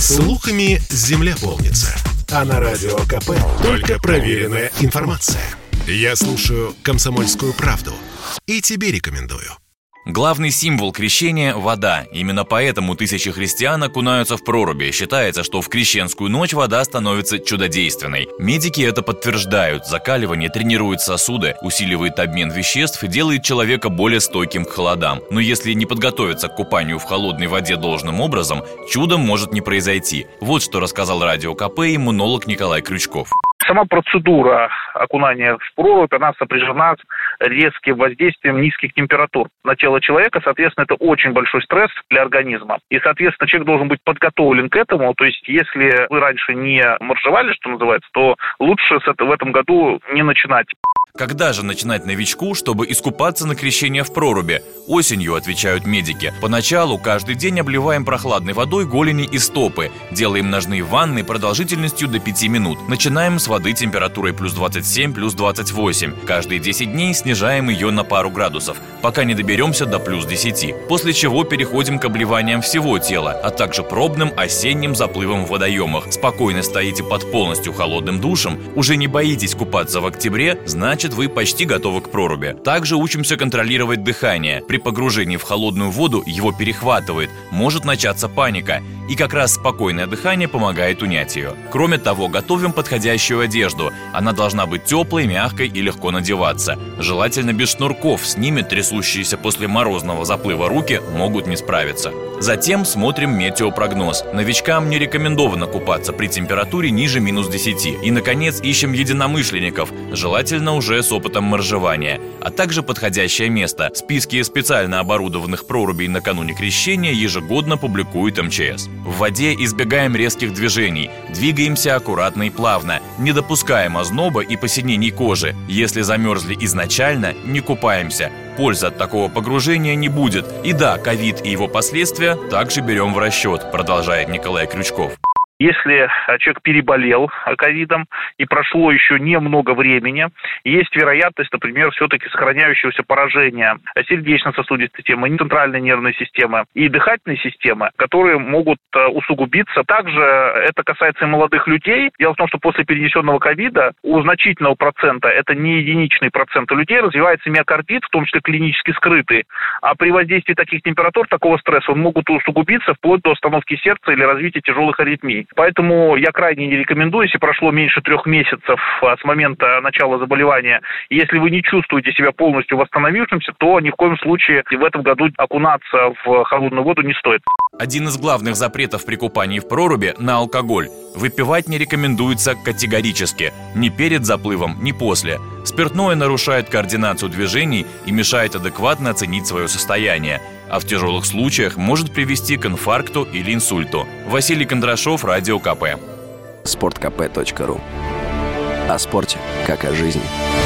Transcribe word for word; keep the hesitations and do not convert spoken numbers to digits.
Слухами земля полнится. А на Радио КП только проверенная информация. Я слушаю «Комсомольскую правду» и тебе рекомендую. Главный символ крещения – вода. Именно поэтому тысячи христиан окунаются в проруби. Считается, что в крещенскую ночь вода становится чудодейственной. Медики это подтверждают. Закаливание тренирует сосуды, усиливает обмен веществ и делает человека более стойким к холодам. Но если не подготовиться к купанию в холодной воде должным образом, чудо может не произойти. Вот что рассказал Радио КП иммунолог Николай Крючков. Сама процедура окунания в прорубь, она сопряжена с резким воздействием низких температур на тело человека. Соответственно, это очень большой стресс для организма. И, соответственно, человек должен быть подготовлен к этому. То есть, если вы раньше не моржевали, что называется, то лучше в этом году не начинать. Когда же начинать новичку, чтобы искупаться на крещение в проруби? Осенью, отвечают медики. Поначалу каждый день обливаем прохладной водой голени и стопы. Делаем ножные ванны продолжительностью до пяти минут. Начинаем с воды температурой плюс двадцать семь, плюс двадцать восемь. Каждые десять дней снижаем ее на пару градусов, пока не доберемся до плюс десяти. После чего переходим к обливаниям всего тела, а также пробным осенним заплывом в водоемах. Спокойно стоите под полностью холодным душем, уже не боитесь купаться в октябре, значит, вы почти готовы к проруби. Также учимся контролировать дыхание. При погружении в холодную воду его перехватывает, может начаться паника. И как раз спокойное дыхание помогает унять ее. Кроме того, готовим подходящую одежду. Она должна быть теплой, мягкой и легко надеваться. Желательно без шнурков, с ними трясущиеся после морозного заплыва руки могут не справиться. Затем смотрим метеопрогноз. Новичкам не рекомендовано купаться при температуре ниже минус десяти. И, наконец, ищем единомышленников, желательно уже с опытом моржевания, а также подходящее место. Списки специально оборудованных прорубей накануне крещения ежегодно публикует эм че эс. В воде избегаем резких движений, двигаемся аккуратно и плавно, не допускаем озноба и посинений кожи. Если замерзли изначально, не купаемся. Пользы от такого погружения не будет. И да, ковид и его последствия также берем в расчет, продолжает Николай Крючков. Если человек переболел ковидом и прошло еще немного времени, есть вероятность, например, все-таки сохраняющегося поражения сердечно-сосудистой системы, центральной нервной системы и дыхательной системы, которые могут усугубиться. Также это касается и молодых людей. Дело в том, что после перенесенного ковида у значительного процента, это не единичный процент людей, развивается миокардит, в том числе клинически скрытый. А при воздействии таких температур, такого стресса, он могут усугубиться вплоть до остановки сердца или развития тяжелых аритмий. Поэтому я крайне не рекомендую, если прошло меньше трех месяцев с момента начала заболевания, если вы не чувствуете себя полностью восстановившимся, то ни в коем случае в этом году окунаться в холодную воду не стоит. Один из главных запретов при купании в проруби – на алкоголь. Выпивать не рекомендуется категорически, ни перед заплывом, ни после. Спиртное нарушает координацию движений и мешает адекватно оценить свое состояние, а в тяжелых случаях может привести к инфаркту или инсульту. Василий Кондрашов, Радио КП. спорт кэ пэ точка ру. О спорте, как о жизни.